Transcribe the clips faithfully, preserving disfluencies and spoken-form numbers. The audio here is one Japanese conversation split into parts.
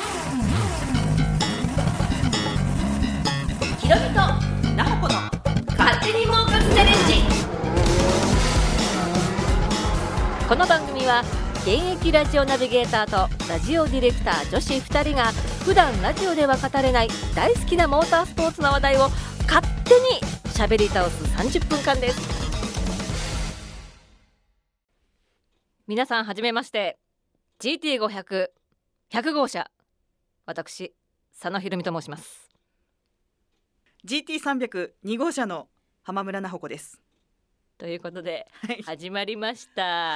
ひろみとなほこの勝手に儲かるチャレンジ。この番組は現役ラジオナビゲーターとラジオディレクター女子ふたりが普段ラジオでは語れない大好きなモータースポーツの話題を勝手に喋り倒すさんじゅっぷんかんです。皆さんはじめまして。 ジーティーごひゃく ひゃく 号車、私佐野ひろみと申します。 ジーティーさんびゃくに 号車の浜村なほこです。 ということで、 はい、 始まりました、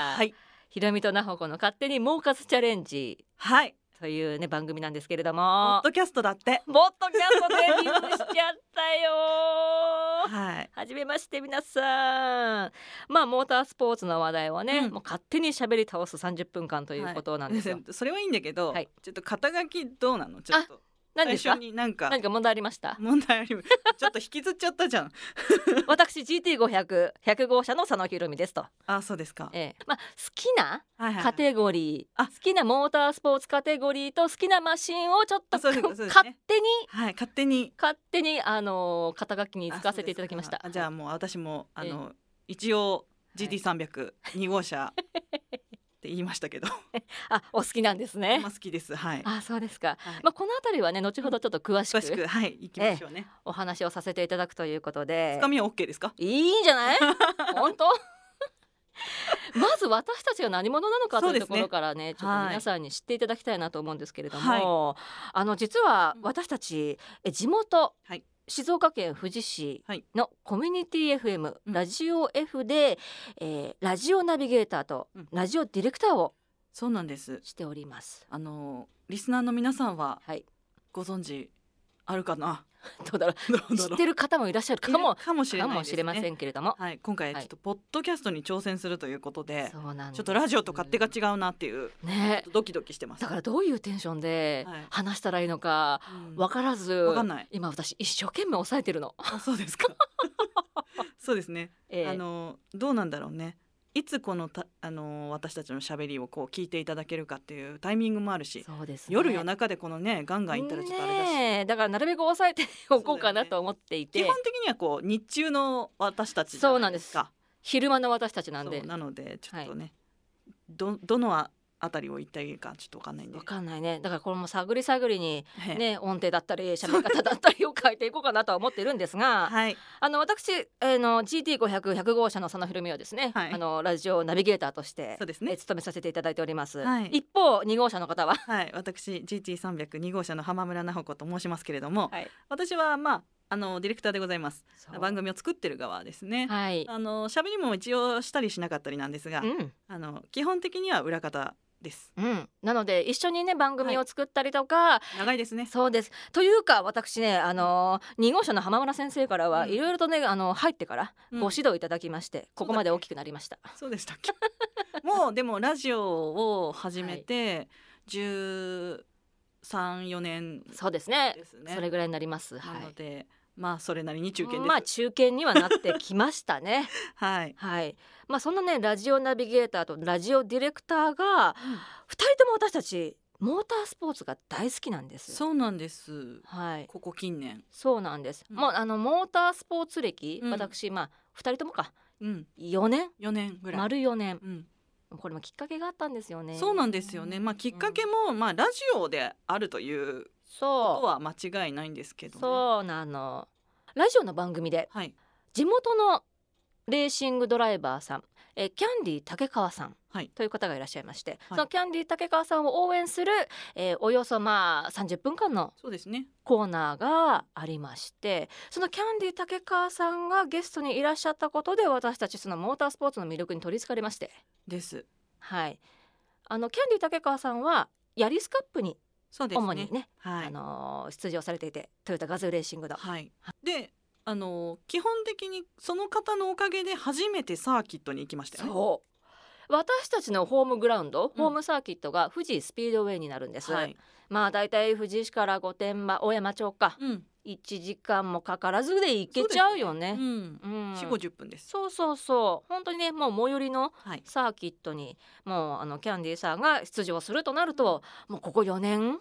はい、 ひろみとなほこの勝手に儲かすチャレンジ、 はい、 というね番組なんですけれどポも、 ッドキャストだって。 ポッドキャストデビューしちゃったよはい、 はじめまして皆さん。まあモータースポーツの話題をね、うん、もう勝手に喋り倒すさんじゅっぷんかんということなんですよ、 はい、それはいいんだけど、 はい、 ちょっと肩書きどうなの？ちょっと何ですか？ 最初に何か何か問題ありました？ 問題ありちょっと引きずっちゃったじゃん私 ジーティーごひゃく ひゃく 号車の佐野ひろみですと。 あ、そうですか、 ええ、まあ、好きなカテゴリー、 はいはいはい、 好きなモータースポーツカテゴリーと好きなマシンをちょっと、ね、勝手に、 はい、勝手に勝手にあの肩書きに使わせていただきました。 あ、じゃあもう私もあの、ええ、一応 ジーティーさんびゃくに 号車って言いましたけどあ、お好きなんですね。 まあ、好きです、はい、 あ、そうですか、 はい、 まあ、このあたりはね後ほどちょっと詳しく、 詳しく、はい、行きましょうね、 ええ、お話をさせていただくということで。 つかみは OK ですか？ いいんじゃない本当まず私たちが何者なのかというところからね、ちょっと皆さんに知っていただきたいなと思うんですけれども、はい、あの実は私たちえ地元、はい、静岡県富士市のコミュニティ エフエム、はい、ラジオ F で、えー、ラジオナビゲーターとラジオディレクターをそうなんですしております。 あのリスナーの皆さんはご存知あるかな？ どうだろう知ってる方もいらっしゃるかも、 かもしれないですね、 かもしれませんけれども、 はい、今回ちょっとポッドキャストに挑戦するということで、 はい、 ちょっとラジオと勝手が違うなっていう、ね、ドキドキしてます。 だからどういうテンションで話したらいいのか分からず、うん、 分かんない。 今私一生懸命抑えてるの。 あ、そうですかそうですね、えー、あのどうなんだろうね、いつこのたあの私たちのしゃべりをこう聞いていただけるかっていうタイミングもあるし、 そうですね、 夜夜中でこのねガンガンいったらちょっとあれだし、 ね、だからなるべく抑えておこうかなと思っていて、 ね、基本的にはこう日中の私たちじゃないですか。 そうなんです、昼間の私たちなんで、 なのでちょっとね、はい、ど, どのああたりを言ったらいいかちょっと分かんないんで、 分かんないね。だからこれも探り探りに、ね、音程だったり喋り方だったりを変えていこうかなとは思ってるんですが、はい、あの私、えー、の ジーティーごひゃく ひゃく 号車の佐野ひろみはですね、はい、あのラジオナビゲーターとして、そうですね、えー、務めさせていただいております、はい、一方に号車の方は、はい、 私 ジーティーさんびゃくに 号車の浜村なほこと申しますけれども、はい、私はまああのディレクターでございます。番組を作ってる側ですね、はい、あの喋りも一応したりしなかったりなんですが、うん、あの基本的には裏方です、うん、なので一緒にね番組を作ったりとか、はい、長いですね。そうです。というか私ね、あのー、に号車の浜村先生からはいろいろとね、あの入ってからご指導いただきまして、うん、ここまで大きくなりました。 そうでしたっけもうでもラジオを始めてじゅうさん、よねんですね。 そうですね、それぐらいになります。 なので、はい、まあそれなりに中堅です。 まあ中堅にはなってきましたねはい、はい、まあそんなねラジオナビゲーターとラジオディレクターが、うん、ふたりとも私たちモータースポーツが大好きなんです。 そうなんです、はい、ここ近年そうなんです、うん、もうあのモータースポーツ歴、うん、私まあふたりともか、うん、よねんよねんぐらい、 丸よねん、うん、これもきっかけがあったんですよね。 そうなんですよね、まあ、きっかけも、うん、まあ、ラジオであるということは間違いないんですけどね。 そうなの。ラジオの番組で、はい、地元のレーシングドライバーさん、えキャンディー竹川さん、はい、という方がいらっしゃいまして、はい、そのキャンディー竹川さんを応援する、えー、およそまあさんじゅっぷんかんのコーナーがありまして、そのキャンディー竹川さんがゲストにいらっしゃったことで私たちそのモータースポーツの魅力に取りつかれましてです、はい、あのキャンディー竹川さんはヤリスカップに主に ね, ね、はい、あのー、出場されていて、トヨタガズーレーシングの、はい、 であのー、基本的にその方のおかげで初めてサーキットに行きましたよね。 そう私たちのホームグラウンド、うん、ホームサーキットが富士スピードウェイになるんです、はい、まあだいたい富士市から御殿場大山町か、うん、いちじかんもかからずで行けちゃうよね。 うんうん、よん、ごじゅっぷんです。 そうそうそう本当にね、もう最寄りのサーキットに、はい、もうあのキャンディーさんが出場するとなると、もうここよねん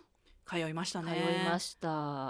通いましたね。 通いました。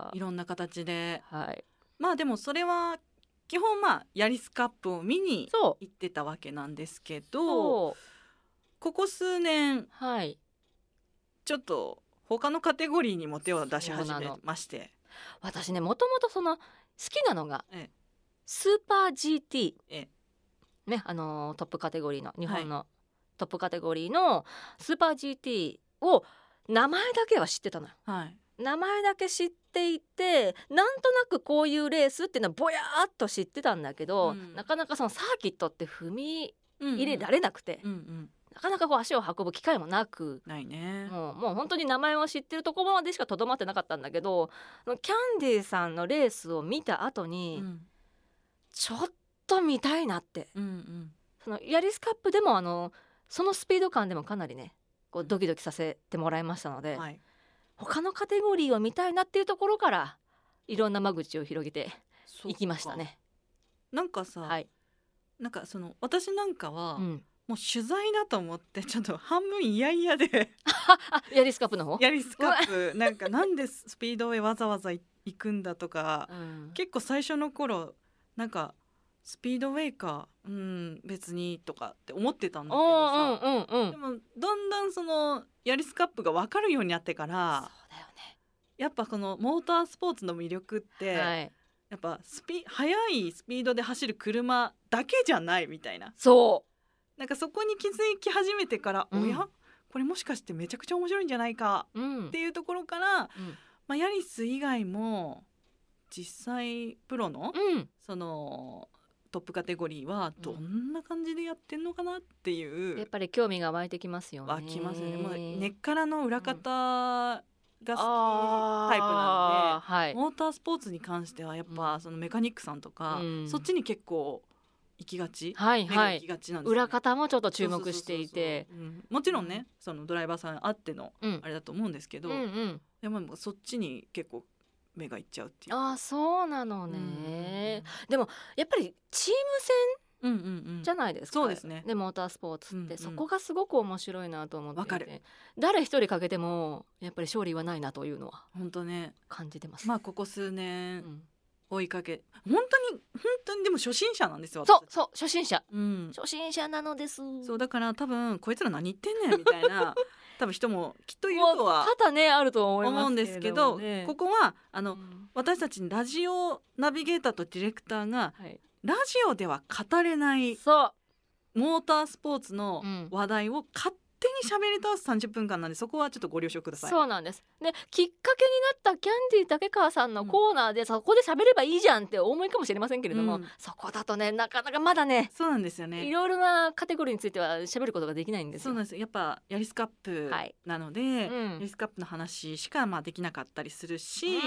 いろんな形で、 はい、 まあでもそれは基本まあヤリスカップを見に行ってたわけなんですけど、ここ数年、はい、ちょっと他のカテゴリーにも手を出し始めまして、 私ねもともとその好きなのが、ええ、スーパー ジーティー、ええね、あのー、トップカテゴリーの日本のトップカテゴリーのスーパー ジーティー を名前だけは知ってたのよ、はい、名前だけ知っていてなんとなくこういうレースっていうのはぼやーっと知ってたんだけど、うん、なかなかそのサーキットって踏み入れられなくて、うんうんうんうん、なかなかこう足を運ぶ機会もなくないね、 もう、もう本当に名前を知ってるところまでしかとどまってなかったんだけど、キャンディーさんのレースを見た後に、うん、ちょっと見たいなって、うんうん、そのヤリスカップでもあのそのスピード感でもかなりねこうドキドキさせてもらいましたので、はい、他のカテゴリーを見たいなっていうところからいろんな間口を広げていきましたね。 なんかさ、はい、なんかその私なんかは、うん、もう取材だと思ってちょっと半分いやいやでヤリスカップの方ヤリスカップなんかなんでスピードへわざわざ行くんだとか、うん、結構最初の頃なんかスピードウェイかうん別にとかって思ってたんだけどさ、うんうんうん、でもだんだんそのヤリスカップが分かるようになってからそうだよ、ね、やっぱこのモータースポーツの魅力って、はい、やっぱスピ速いスピードで走る車だけじゃないみたいな、そうなんかそこに気づき始めてから、うん、おやこれもしかしてめちゃくちゃ面白いんじゃないかっていうところから、うんまあ、ヤリス以外も実際プロの、うん、そのトップカテゴリーはどんな感じでやってんのかなっていう、 うん、やっぱり興味が湧いてきますよね。 湧きますね。もう根っからの裏方が好きタイプなんで、うんはい、モータースポーツに関してはやっぱそのメカニックさんとか、うん、そっちに結構行きがち、 はいはい、行きがちなんですね。裏方もちょっと注目していて、 もちろんね、うん、そのドライバーさんあってのあれだと思うんですけど、うんうん、でもそっちに結構目がいっちゃうっていう。 あ、そうなのね、うん、でもやっぱりチーム戦じゃないですか、うんうんうん、そうですね。でモータースポーツって、うんうん、そこがすごく面白いなと思っていて、わかる。誰一人かけてもやっぱり勝利はないなというのは本当ね感じてます。 まあここ数年、うん追いかけ本当に本当にでも初心者なんですよ。 そうそう初心者、うん、初心者なのです。 そうだから多分こいつら何言ってんねんみたいな多分人もきっといるとは多々ねあると思います思うんですけど、ね、ここはあの、うん、私たちラジオナビゲーターとディレクターが、はい、ラジオでは語れないそうモータースポーツの話題を勝手に喋り通すさんじゅっぷんかんなんで、そこはちょっとご了承ください。 そうなんです。できっかけになったキャンディー竹川さんのコーナーで、うん、そこで喋ればいいじゃんって思いかもしれませんけれども、うん、そこだとねなかなかまだねそうなんですよね。 いろいろなカテゴリーについては喋ることができないんですよ。 そうなんですよ。やっぱヤリスカップなので、はいうん、ヤリスカップの話しかまあできなかったりするし、うん、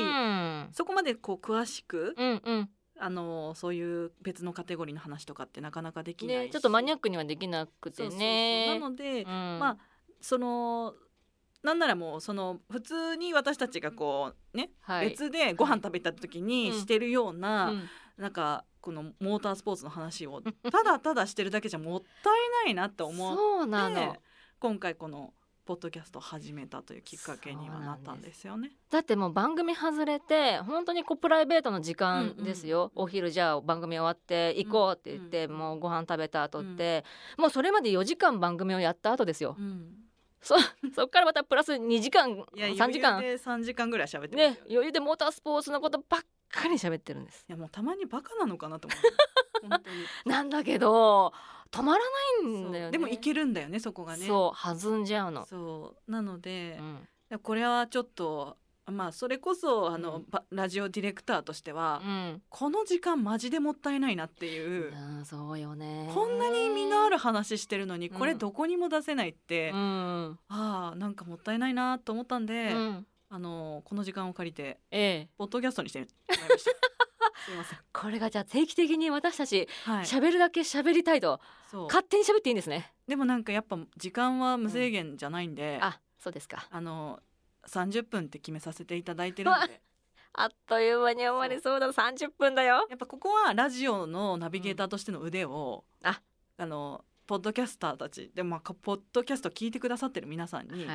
そこまでこう詳しく、うんうんあのそういう別のカテゴリーの話とかってなかなかできないし、ね、 ちょっとマニアックにはできなくてね。そうそうそうなので、うん、まあそのなんならもうその普通に私たちがこうね、はい、別でご飯食べた時にしてるような、うん、なんかこのモータースポーツの話をただただしてるだけじゃもったいないなと思ってそうなの今回このポッドキャストを始めたというきっかけにはなったんですよね。 だってもう番組外れて本当にこうプライベートの時間ですよ、うんうん、お昼じゃあ番組終わって行こうって言って、うんうん、もうご飯食べた後って、うん、もうそれまでよじかん番組をやった後ですよ、うん、そ, そっからまたプラスにじかんさんじかん余裕でさんじかんぐらい喋ってますよ、ね、 余裕でモータースポーツのことばっかり喋ってるんです。 いやもうたまにバカなのかなと思う本当になんだけど止まらないんだよね。 でもいけるんだよねそこがね。 そう弾んじゃうの。 そうなので、うん、これはちょっとまあそれこそあの、うん、ラジオディレクターとしては、うん、この時間マジでもったいないなっていう、 うん、そうよね。 こんなに意味のある話してるのにこれどこにも出せないって、うん、ああなんかもったいないなと思ったんで、うん、あのこの時間を借りて、ええ、ポッドキャストにしてもらいましたすいません。 これがじゃあ定期的に私たち喋、はい、るだけ喋りたいと勝手に喋っていいんですね。 でもなんかやっぱ時間は無制限じゃないんで、 うん、あそうですか。 あのさんじゅっぷんって決めさせていただいてるのであっという間に終わりそうだ。さんじゅっぷんだよ。 やっぱここはラジオのナビゲーターとしての腕を、うん、ああのポッドキャスターたちでも、まあ、ポッドキャスト聞いてくださってる皆さんに、はい、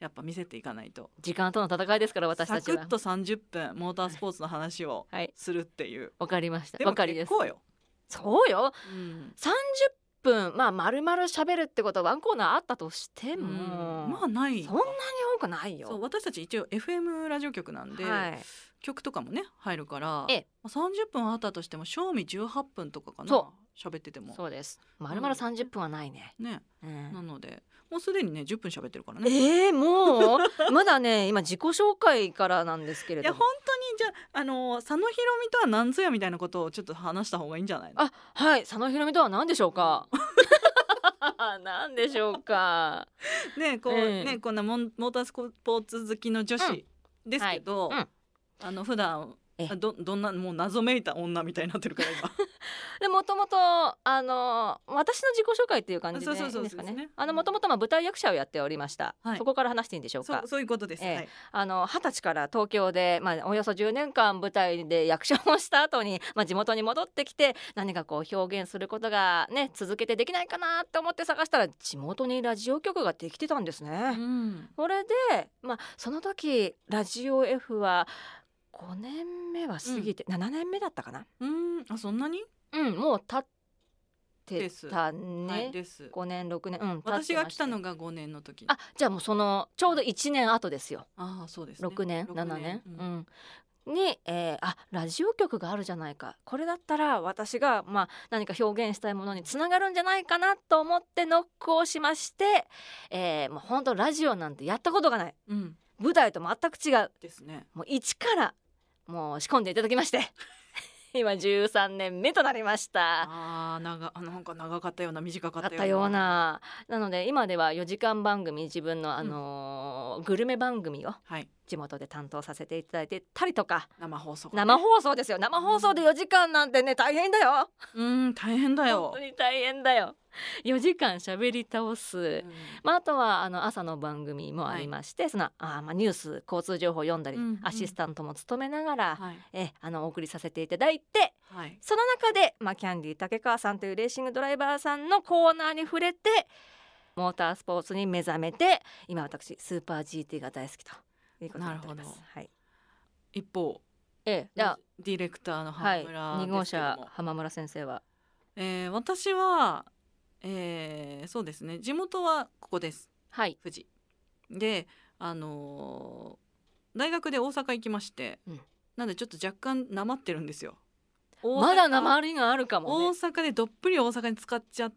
やっぱ見せていかないと。 時間との戦いですから私たちは。 サクッとさんじゅっぷんモータースポーツの話をするっていう。 わ、はい、かりました。 でも結構よ。 そうよ、うん、さんじゅっぷんまあ丸々喋るってことはワンコーナーあったとしても、 うん、まあないそんなに多くないよ。 そう私たち一応 エフエム ラジオ局なんで、はい、曲とかもね入るから、 ええ、 さんじゅっぷんあったとしても賞味じゅうはっぷんとかかな喋ってても。 そうです。丸々さんじゅっぷんはないね。 うん、ね、うん、なのでもうすでにねじゅっぷん喋ってるからね。 えー、もうまだね今自己紹介からなんですけれども。 いや本当にじゃあ、あの佐野ひろみとは何ぞやみたいなことをちょっと話した方がいいんじゃないの。 あ、はい、佐野ひろみとは何でしょうか。何でしょうか。 ねこう、えー、ねこんなモータースポーツ好きの女子ですけど、うんはいうん、あの普段ど, どんなもう謎めいた女みたいになってるから今でもともとあの私の自己紹介っていう感じでいいですかね。あのもともと舞台役者をやっておりました、はい、そこから話していいんでしょうか。 そう、そういうことです、えーはい、 あのはたちから東京で、まあ、およそじゅうねんかん舞台で役者をした後に、まあ、地元に戻ってきて何かこう表現することがね続けてできないかなと思って探したら地元にラジオ局ができてたんですね、うん、それで、まあ、その時ラジオ F はごねんめは過ぎて、うん、ななねんめだったかな。 うん、あそんなに、 うん、もう経ってたね、 はい、ですごねんろくねん、うん、 私が来たのがごねんの時。 あ、じゃあもうそのちょうどいちねん後ですよ。 あ、そうですね、 ろくねんななねん、うんうん、に、えー、あラジオ局があるじゃないか、これだったら私が、まあ、何か表現したいものにつながるんじゃないかなと思ってノックをしまして、えー、もう本当ラジオなんてやったことがない、うん、舞台と全く違うですね。 もう一からもう仕込んでいただきまして今じゅうさんねんめとなりました。 あー長なんか長かったような短かったような, ようななので今ではよじかん番組自分の、あのーうん、グルメ番組を地元で担当させていただいてたりとか、 生放送、ね、 生放送ですよ。生放送でよじかんなんてね大変だよ。 うん大変だよ、 本当に大変だよ。よじかん喋り倒す、うんまあ、あとはあの朝の番組もありまして、はい、そのあ、まあ、ニュース交通情報を読んだり、うんうん、アシスタントも務めながら、はい、えあのお送りさせていただいて、はい、その中で、まあ、キャンディー竹川さんというレーシングドライバーさんのコーナーに触れてモータースポーツに目覚めて今私スーパー ジーティー が大好きということになっております。なるほど、はい、 一方、 ええ、じゃあディレクターの浜村ですけども、はい、 に号車浜村先生は、 えー、私はえー、そうですね地元はここです、はい、富士で、あのー、大学で大阪行きまして、うん、なんでちょっと若干なまってるんですよ。 まだなまりがあるかもね。 大阪でどっぷり大阪に使っちゃって、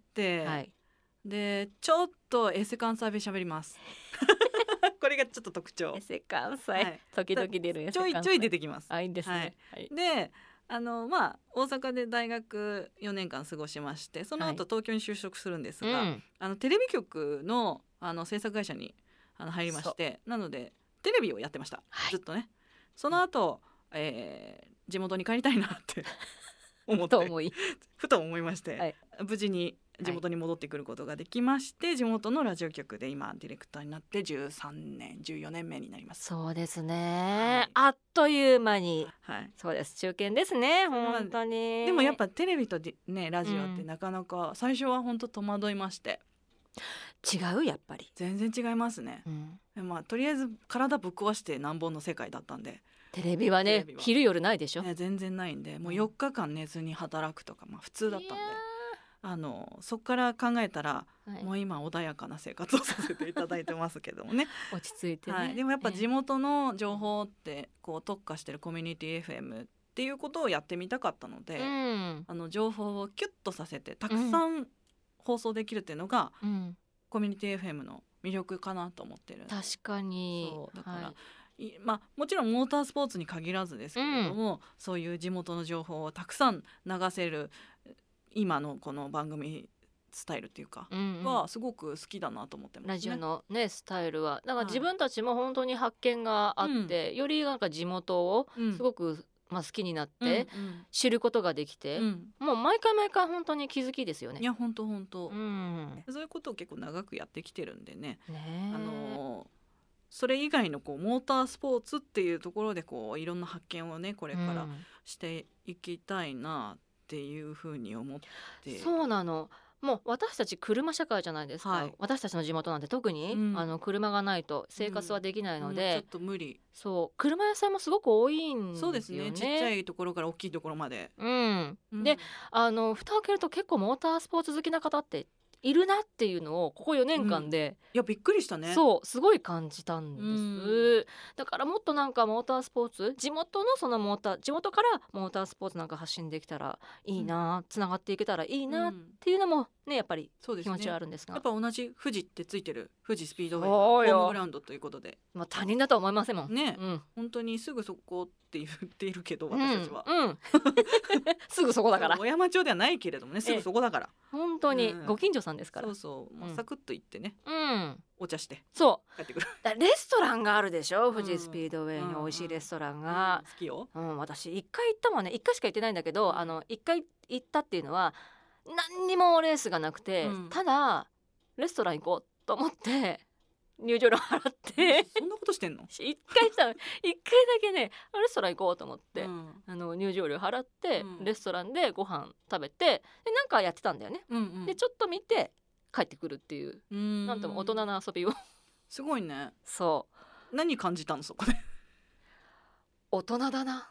はい、でちょっとエセ関西弁喋りますこれがちょっと特徴。 エセ関西、はい、時々出るエセ関西ちょいちょい出てきます。 あ、いいですね、 はい、であのまあ、大阪で大学よねんかん過ごしましてその後東京に就職するんですが、はいうん、あのテレビ局 の, あの制作会社にあの入りましてなのでテレビをやってました、はい、ずっとね。その後、うんえー、地元に帰りたいなって思って思いふと思いまして、はい、無事に地元に戻ってくることができまして、はい、地元のラジオ局で今ディレクターになってじゅうさんねんじゅうよねんめになります。 そうですね、はい、あっという間に、はい、そうです中堅ですね本当に。 でもやっぱテレビと、ね、ラジオってなかなか最初は本当戸惑いまして、 うん、違うやっぱり全然違いますね、うん、まあ、とりあえず体ぶっ壊してなんぼの世界だったんでテレビはねは昼夜ないでしょ、 ね、全然ないんでもうよっかかん寝ずに働くとか、まあ、普通だったんであのそこから考えたら、はい、もう今穏やかな生活をさせていただいてますけどもね落ち着いてね、 はい、でもやっぱ地元の情報ってこう特化してるコミュニティ エフエム っていうことをやってみたかったので、うん、あの情報をキュッとさせてたくさん放送できるっていうのが、うん、コミュニティ エフエム の魅力かなと思ってる。 確かにそうだから、はいまあ、もちろんモータースポーツに限らずですけれども、うん、そういう地元の情報をたくさん流せる今のこの番組スタイルっていうか、うんうん、はすごく好きだなと思ってますね。 ラジオのねスタイルはだから自分たちも本当に発見があって、はい、よりなんか地元をすごく、うんまあ、好きになって知ることができて、うんうん、もう毎回毎回本当に気づきですよね。 いや本当本当、うん、そういうことを結構長くやってきてるんで ね, ねあのそれ以外のこうモータースポーツっていうところでこういろんな発見をねこれからしていきたいなっていうふうに思って、 うん、そうなの。 もう私たち車社会じゃないですか、はい、私たちの地元なんて特に、うん、あの車がないと生活はできないので、うんうん、 ちょっと無理。 そう車屋さんもすごく多いんですよね。 そうですね、ちっちゃいところから大きいところまで、 うんうん、であの蓋を開けると結構モータースポーツ好きな方っているなっていうのをここよねんかんで、うん、いやびっくりしたね。 そうすごい感じたんです、うん、だからもっとなんかモータースポーツ地元のそのモーター地元からモータースポーツなんか発信できたらいいな、うん、つながっていけたらいいなっていうのもねやっぱり気持ちはあるんですが、 やっぱ同じ富士ってついてる富士スピードウェイホームグラウンドということで、 まあ、他人だとは思いませんもんね、うん、本当にすぐそこって言っているけど私たちは、うんうん、 すぐそこだから小山町ではないけれどもね、すぐそこだから本当にご近所さんですから、 うん、そうそう、もうサクッと行ってね、うん、お茶してそう帰ってくる。 だレストランがあるでしょ、富士スピードウェイに美味しいレストランが、 うんうん、好きよ、 うん、私一回行ったもんね、一回しか行ってないんだけど、あの一回行ったっていうのは何にもレースがなくて、うん、ただレストラン行こうと思って入場料払ってそんなことしてんの一回した一回だけねレストラン行こうと思って、うん、あの入場料払って、うん、レストランでご飯食べてでなんかやってたんだよね、うんうん、でちょっと見て帰ってくるっていう、うん、なんとも大人な遊びをすごいね。 そう何感じたのそこで大人だな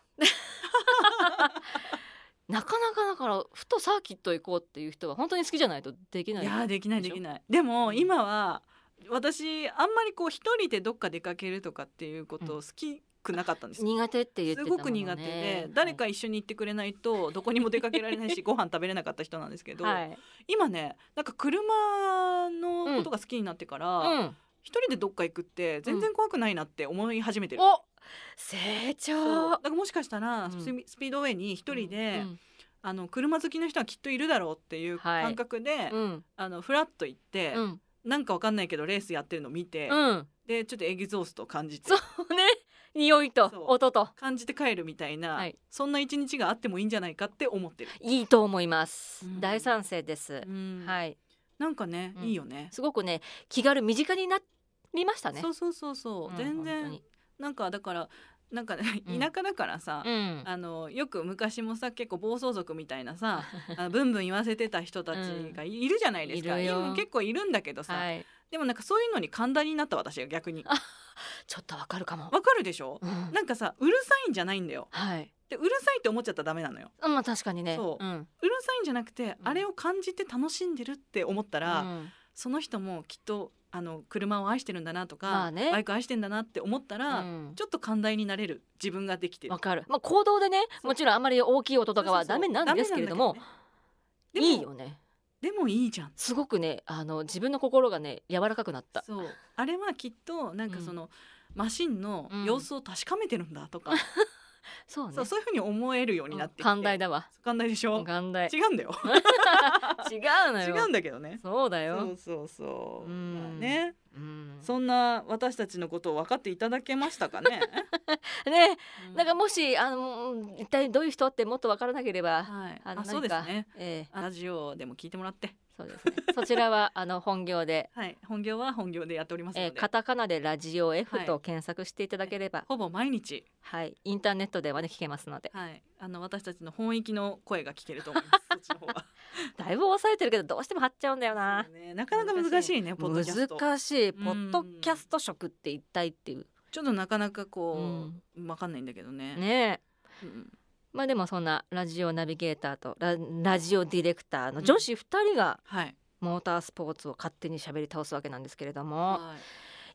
なかなかだからふとサーキット行こうっていう人は本当に好きじゃないとできない。 いやできないできない。でも今は私あんまりこう一人でどっか出かけるとかっていうことを好きくなかったんです、 うん、苦手って言ってたもんね。 すごく苦手で誰か一緒に行ってくれないとどこにも出かけられないしご飯食べれなかった人なんですけど、はい、今ねなんか車のことが好きになってから、うんうん、一人でどっか行くって全然怖くないなって思い始めてる、うん、 お成長だからもしかしたら、うん、スピードウェイに一人で、うんうん、あの車好きの人はきっといるだろうっていう感覚で、はいうん、あのフラッと行って、うん、なんかわかんないけどレースやってるの見て、うん、でちょっとエキゾースト感じてそうね匂いと音と感じて帰るみたいな、はい、そんな一日があってもいいんじゃないかって思ってる。 いいと思います、うん、大賛成です、うん、はい、 なんかね、うん、いいよね。 すごくね気軽身近になりましたね。 そうそうそうそう、うん、全然なんかだからなんか、ね、田舎だからさ、うん、あのよく昔もさ結構暴走族みたいなさあのブンブン言わせてた人たちがいるじゃないですか、うん、今結構いるんだけどさ、はい、でもなんかそういうのに寛大になった私が逆にちょっとわかるかも。 わかるでしょ、うん、なんかさうるさいんじゃないんだよ、はい、でうるさいって思っちゃったらダメなのよ、 まあ確かにねそう、うん、うるさいんじゃなくて、うん、あれを感じて楽しんでるって思ったら、うん、その人もきっとあの車を愛してるんだなとか、まあね、バイク愛してんだなって思ったら、うん、ちょっと寛大になれる自分ができてる。 わかる、まあ、行動でねもちろんあまり大きい音とかはダメなんですけれども、ね、いいよね。 でもいいじゃん。 すごくねあの自分の心がね柔らかくなった。 そうあれはきっとなんかその、うん、マシンの様子を確かめてるんだとか、うんそうね、そう、そういう風に思えるようになってきて、 寛大だわ。 寛大でしょ。 寛大違うんだよ違うのよ。 違うんだけどね。 そうだよ。 そうそうそう、うん、まあね、うん、そんな私たちのことを分かっていただけましたかねね、うん、なんかもしあの一体どういう人ってもっと分からなければ、 はい、あのあそうですね、えー、ラジオでも聞いてもらってそうですねそちらはあの本業で、 はい、本業は本業でやっておりますので、えー、 カタカナでラジオ F と検索していただければ、はい、 ほぼ毎日、 はい、インターネットではね聞けますので、 はい、あの私たちの本域の声が聞けると思いますそっちの方はだいぶ抑えてるけどどうしても張っちゃうんだよな、 ね、なかなか難しいねポッドキャスト難しいポッドキャスト色って一体っていうちょっとなかなかこう、うん、分かんないんだけどねねえ、うんまあ、でもそんなラジオナビゲーターと ラ, ラジオディレクターの女子ふたりが、うんはい、モータースポーツを勝手に喋り倒すわけなんですけれども、はい、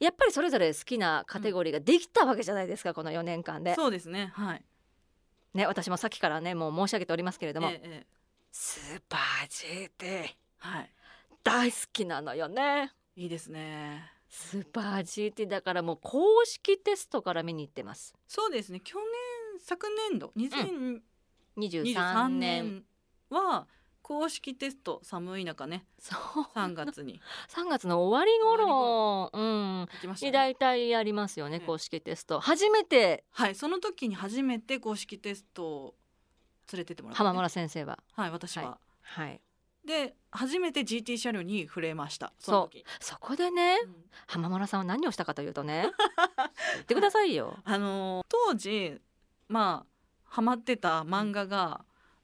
やっぱりそれぞれ好きなカテゴリーができたわけじゃないですか、うん、このよねんかんで。 そうですね、はいね、私もさっきからねもう申し上げておりますけれども、 ええ、 スーパー ジーティー、はい、大好きなのよね。 いいですね。 スーパー ジーティー だからもう公式テストから見に行ってます。 そうですね、去年昨年度にせんにじゅうさんねんは公式テスト、寒い中ね、そうさんがつにさんがつの終わり頃、うん、行きましたね、に大体やりますよね、公式テスト初めて。 はい、その時に初めて公式テストを連れてってもらって、ね、 浜村先生ははい私は、 はい、はい、 で初めて ジーティー 車両に触れました。その時そ, そこでね、うん、浜村さんは何をしたかというとね言ってくださいよ。 あの当時まあハマってた漫画が、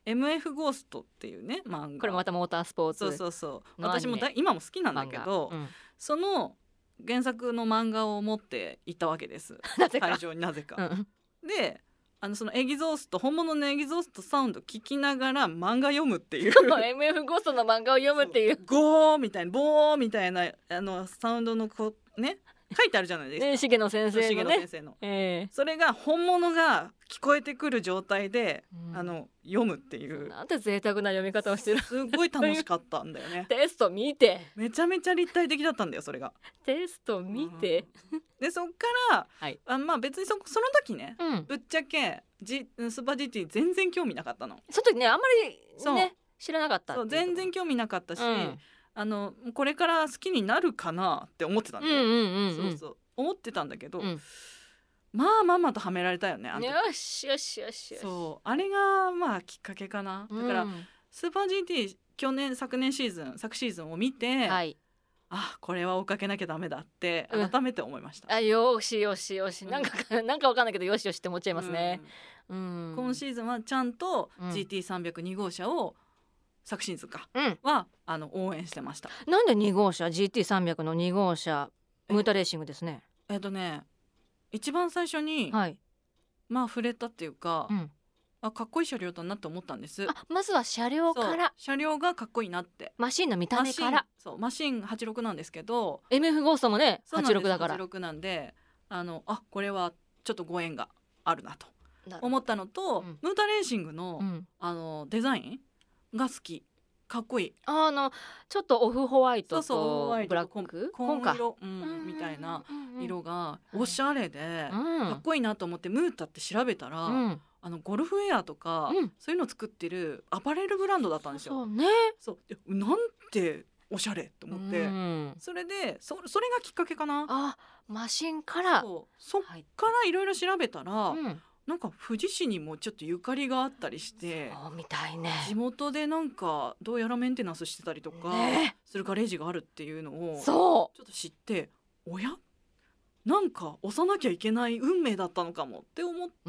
エムエフ ゴーストっていうね漫画、 これまたモータースポーツ、 そうそうそう私もだ今も好きなんだけど、うん、その原作の漫画を持って行ったわけですなぜか会場になぜか、 うん、 であのそのエギゾースト本物のエギゾーストサウンド聞きながら漫画読むっていうエムエフ ゴーストの漫画を読むっていうゴーみたいなボーみたいなあのサウンドのこうね書いてあるじゃないですか、 ね、重野先生のね、 重野先生の、えー、それが本物が聞こえてくる状態で、うん、あの読むっていうなんて贅沢な読み方をしてるすごい楽しかったんだよねテスト見てめちゃめちゃ立体的だったんだよそれがテスト見て、 うん、でそっから、はい、あまあ別に そ, その時ね、うん、ぶっちゃけジスーパー ジーティー 全然興味なかったのその時ねあんまりね知らなかったそう全然興味なかったし、うん、あのこれから好きになるかなって思ってたんだよ、うんうんうんうん、そうそう思ってたんだけど、うん、まあまんまとはめられたよねあの時よしよしよしよしそうあれがまあきっかけかな、だから、うん、スーパー ジーティー 去年昨年シーズン昨シーズンを見て、はい、あこれは追っかけなきゃダメだって改めて思いました、 うん、あよしよしよし、うん、なんかなんかわかんないけどよしよしって思っちゃいますね、 うんうん、今シーズンはちゃんと ジーティーさんびゃくに 号車を昨シーズンか、うん、はあの応援してました。 なんでに号車 ジーティーさんびゃく のに号車ムータレーシングですね。 えっとね一番最初に、はい、まあ触れたっていうか、うん、あかっこいい車両だなって思ったんです。 あまずは車両から車両がかっこいいなってマシンの見た目からマシンそうマシンはちじゅうろくなんですけどエムエフ ゴーストもねはちじゅうろくだからはちじゅうろくなんであのあこれはちょっとご縁があるなと思ったのと、うん、ムータレーシングの、うん、あのデザインが好きかっこいいあ, あのちょっとオフホワイトとブラック紺色、うん、みたいな色がおしゃれで、うん、かっこいいなと思ってムータって調べたら、うん、あのゴルフウェアとか、うん、そういうの作ってるアパレルブランドだったんですよ。 そうねそうでなんておしゃれと思って、うん、それで そ, それがきっかけかな。 あマシンからそうそっからいろいろ調べたら、うんなんか富士市にもちょっとゆかりがあったりしてそうみたいね地元でなんかどうやらメンテナンスしてたりとかするガレージがあるっていうのをちょっと知っておやなんか押さなきゃいけない運命だったのかもって思って、うん、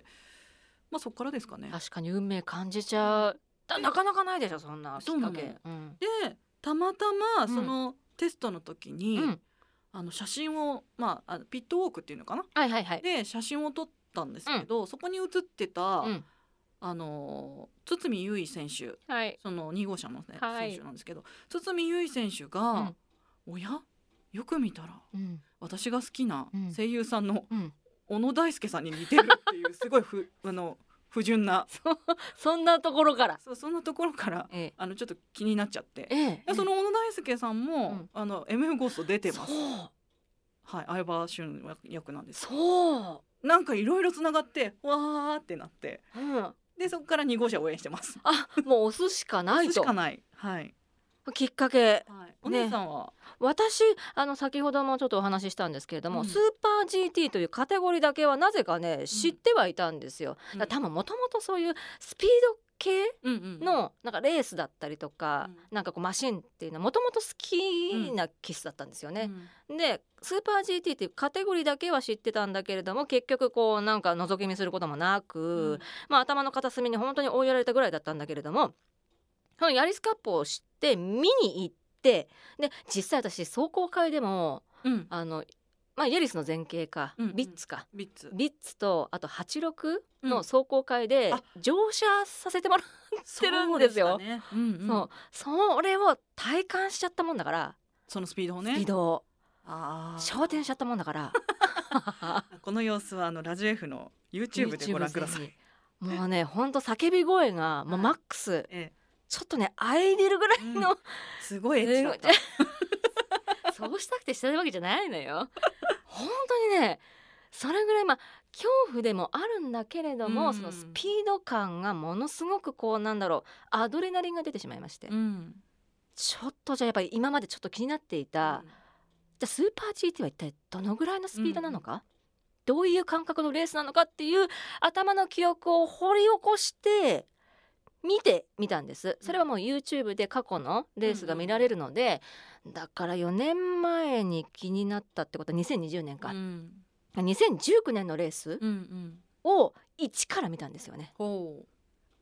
まあそっからですかね。 確かに運命感じちゃうなかなかないでしょそんなきっかけ、 うん、でたまたまそのテストの時に、うん、あの写真を、まあ、あのピットウォークっていうのかな、 はいはいはい、 で写真を撮ったんですけど、うん、そこに写ってた、うん、あの堤優衣選手、はい、そのに号車の、ねはい、選手なんですけど堤優衣選手が、うん、おやよく見たら、うん、私が好きな声優さんの小野大輔さんに似てるっていうすごいふあの不純なそ, そんなところからそうそんなところから、ええ、あのちょっと気になっちゃって、ええ、その小野大輔さんも、うん、あの エムエフ ゴースト出てます。はい、相葉俊役なんです。そうなんかいろいろつながってわーってなって、うん、でそこからに号車応援してます。 あもう押すしかないと押すしかない、はい、 きっかけ、 はい、お姉さんは、ね、 私あの先ほどもちょっとお話ししたんですけれども、うん、スーパー ジーティー というカテゴリーだけはなぜかね知ってはいたんですよ、うん、だ多分もともとそういうスピード系のなんかレースだったりとか、うん、なんかこうマシンっていうのはもともと好きな気質だったんですよね、うん、でスーパー ジーティー っていうカテゴリーだけは知ってたんだけれども結局こうなんか覗き見することもなく、うん、まあ頭の片隅に本当に追いやられたぐらいだったんだけれどもそのヤリスカップを知って見に行ってで実際私壮行会でも、うん、あのまあ、ヤリスの前景か、うんうん、ビッツかビッツ、 ビッツとあとはちじゅうろくの壮行会で乗車させてもらってるんですよ。そうですかね、うんうん、そうそれを体感しちゃったもんだからそのスピードをねスピードをあ昇天しちゃったもんだからこの様子はあのラジオ F の YouTube でご覧ください。 もうねほんと叫び声がもうマックス、ええ、ちょっとねあいでるぐらいの、うん、 すごいエッチだったそうしたくてしたわけじゃないのよ本当にねそれぐらいまあ恐怖でもあるんだけれども、うん、そのスピード感がものすごくこうなんだろうアドレナリンが出てしまいまして、うん、ちょっとじゃあやっぱり今までちょっと気になっていた、うん、じゃあスーパー ジーティー は一体どのぐらいのスピードなのか、うん、どういう感覚のレースなのかっていう頭の記憶を掘り起こして見てみたんです。それはもう YouTube で過去のレースが見られるので、うん、だからよねんまえに気になったってことはにせんにじゅうねんか、うん、にせんじゅうきゅうねんのレースを一から見たんですよね、 うんうん、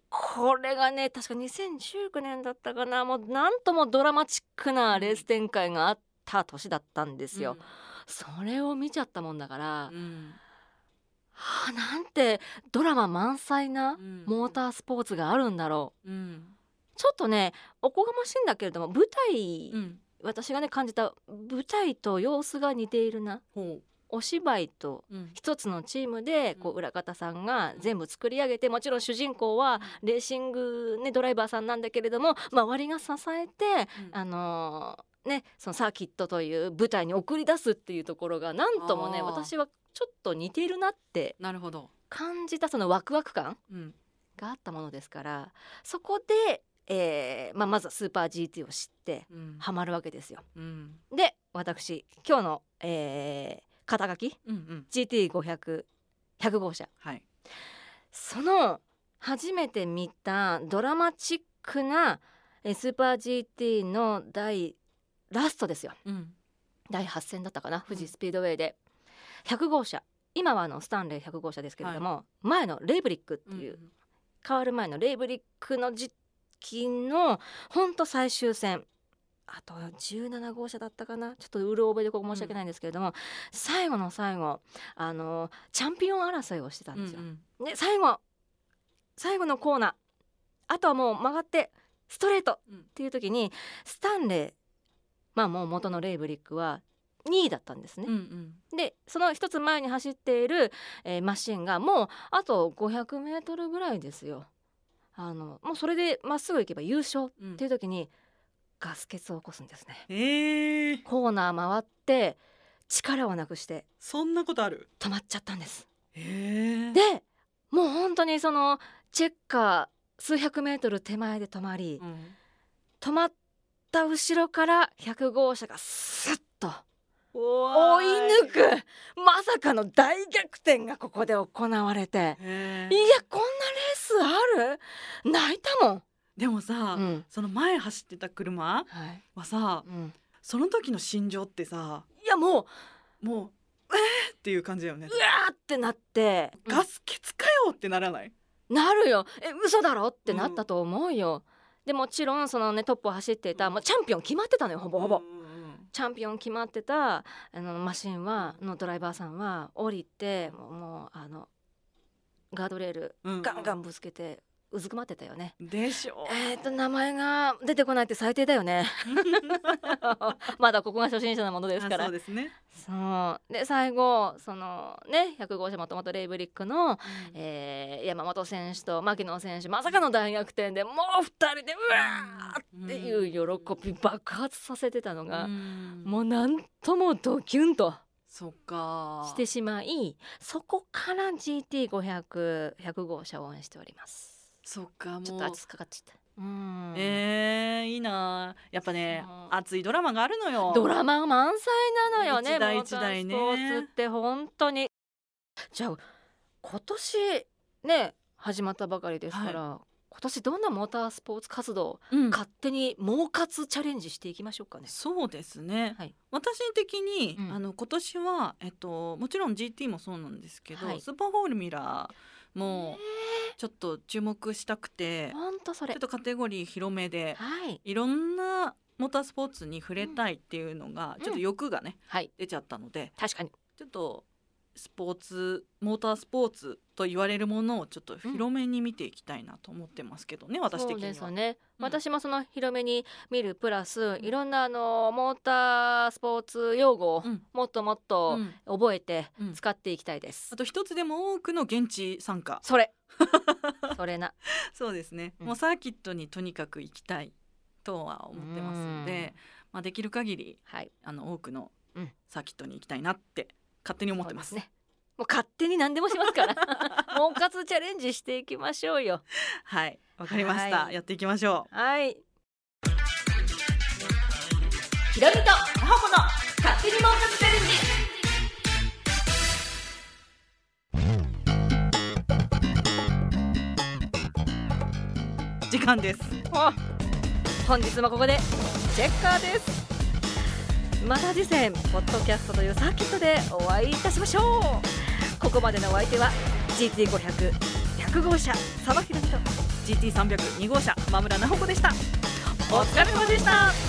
これがね確かにせんじゅうきゅうねんだったかな、もうなんともドラマチックなレース展開があった年だったんですよ、うん、それを見ちゃったもんだから、うん、はあ、なんてドラマ満載なモータースポーツがあるんだろう、うん、ちょっとねおこがましいんだけれども舞台、うん、私がね感じた舞台と様子が似ているな、うんお芝居と一つのチームでこう裏方さんが全部作り上げて、もちろん主人公はレーシング、ね、ドライバーさんなんだけれども周りが支えて、あのーね、そのサーキットという舞台に送り出すっていうところがなんともね私はちょっと似ているなって感じた、そのワクワク感があったものですから、そこで、えーまあ、まずはスーパー ジーティー を知ってハマるわけですよ、うん、で私今日の、えー肩書き、うんうん、ジーティーごひゃく ひゃく号車、はい、その初めて見たドラマチックなえスーパー ジーティー の第ラストですよ、うん、だいはち戦だったかな、富士スピードウェイでひゃく号車、今はあのスタンレーひゃく号車ですけれども、はい、前のレイブリックっていう、うん、変わる前のレイブリックの時期のほんと最終戦、あとじゅうなな号車だったかな、ちょっとうる覚えでここ申し訳ないんですけれども、うん、最後の最後あのチャンピオン争いをしてたんですよ、うんうん、で最後最後のコーナー、あとはもう曲がってストレートっていう時に、うん、スタンレー、まあもう元のレイブリックはにいだったんですね、うんうん、でその一つ前に走っている、えー、マシンがもうあとごひゃくメートルぐらいですよ、あのもうそれでまっすぐ行けば優勝っていう時に、うんガス欠を起こすんですね、えー、コーナー回って力をなくしてそんなことある止まっちゃったんです、 えー、 でもう本当にそのチェッカー数百メートル手前で止まり、うん、止まった後ろからひゃく号車がスッと追い抜くまさかの大逆転がここで行われて、えー、いやこんなレースある？泣いたもん。 でもさ、うん、その前走ってた車はさ、はいうん、その時の心情ってさ、 いやもうもうえーっていう感じだよね。 うわーってなって、 ガス欠かよってならない？ なるよ。え嘘だろってなったと思うよ、うん、でもちろんそのねトップを走っていた、まあ、チャンピオン決まってたのよほぼほぼ、うんうんうん、チャンピオン決まってたあのマシンはのドライバーさんは降りてもう、もうあのガードレールガンガンぶつけて、うんうんうずくまってたよね。 でしょう。 えー、と名前が出てこないって最低だよねまだここが初心者なものですから。 そうですね。 そうで最後そのねひゃく号車もともとレイブリックの、うんえー、山本選手と牧野選手まさかの大逆転でもうふたりでうわーっていう喜び爆発させてたのが、うん、もうなんともドキュンとそっかしてしまい、そこから ジーティーごひゃく ひゃく号車を応援しております。 そっかもうちょっと熱かかっちゃった。うんえー、いいな。やっぱね、熱いドラマがあるのよ。 ドラマ満載なのよね。 一代一代ね。 モータースポーツって本当に。じゃあ今年ね始まったばかりですから、はい、今年どんなモータースポーツ活動、うん、勝手に猛活チャレンジしていきましょうかね。 そうですね、はい、私的に、うん、あの今年は、えっと、もちろん ジーティー もそうなんですけど、はい、スーパーフォーミュラーもうちょっと注目したくて、 ほんとそれちょっとカテゴリー広めで、 はい、 いろんなモータースポーツに触れたいっていうのが、うん、ちょっと欲がね、はい、出ちゃったので、 確かにちょっとスポーツモータースポーツと言われるものをちょっと広めに見ていきたいなと思ってますけどね、うん、私的には。 そうですね、うん、私もその広めに見るプラス、いろんなあのモータースポーツ用語をもっともっと覚えて使っていきたいです、 うんうん、あと一つでも多くの現地参加。 それそれなそうですね、うん、もうサーキットにとにかく行きたいとは思ってますので、まあ、できる限り、はい、あの多くのサーキットに行きたいなって勝手に思ってます。 そうですね、もう勝手に何でもしますからモーカツチャレンジしていきましょうよ。 はい、わかりました、はい、やっていきましょう。 はい、ひろみとなほこの勝手にモーカツチャレンジ時間です。 本日もここでチェッカーです。また次戦ポッドキャストというサーキットでお会いいたしましょう。ここまでのお相手は ジーティーごひゃく ひゃく号車沢ひろみとジーティーさんびゃくに 号車浜村奈穂子でした。お疲れ様でした。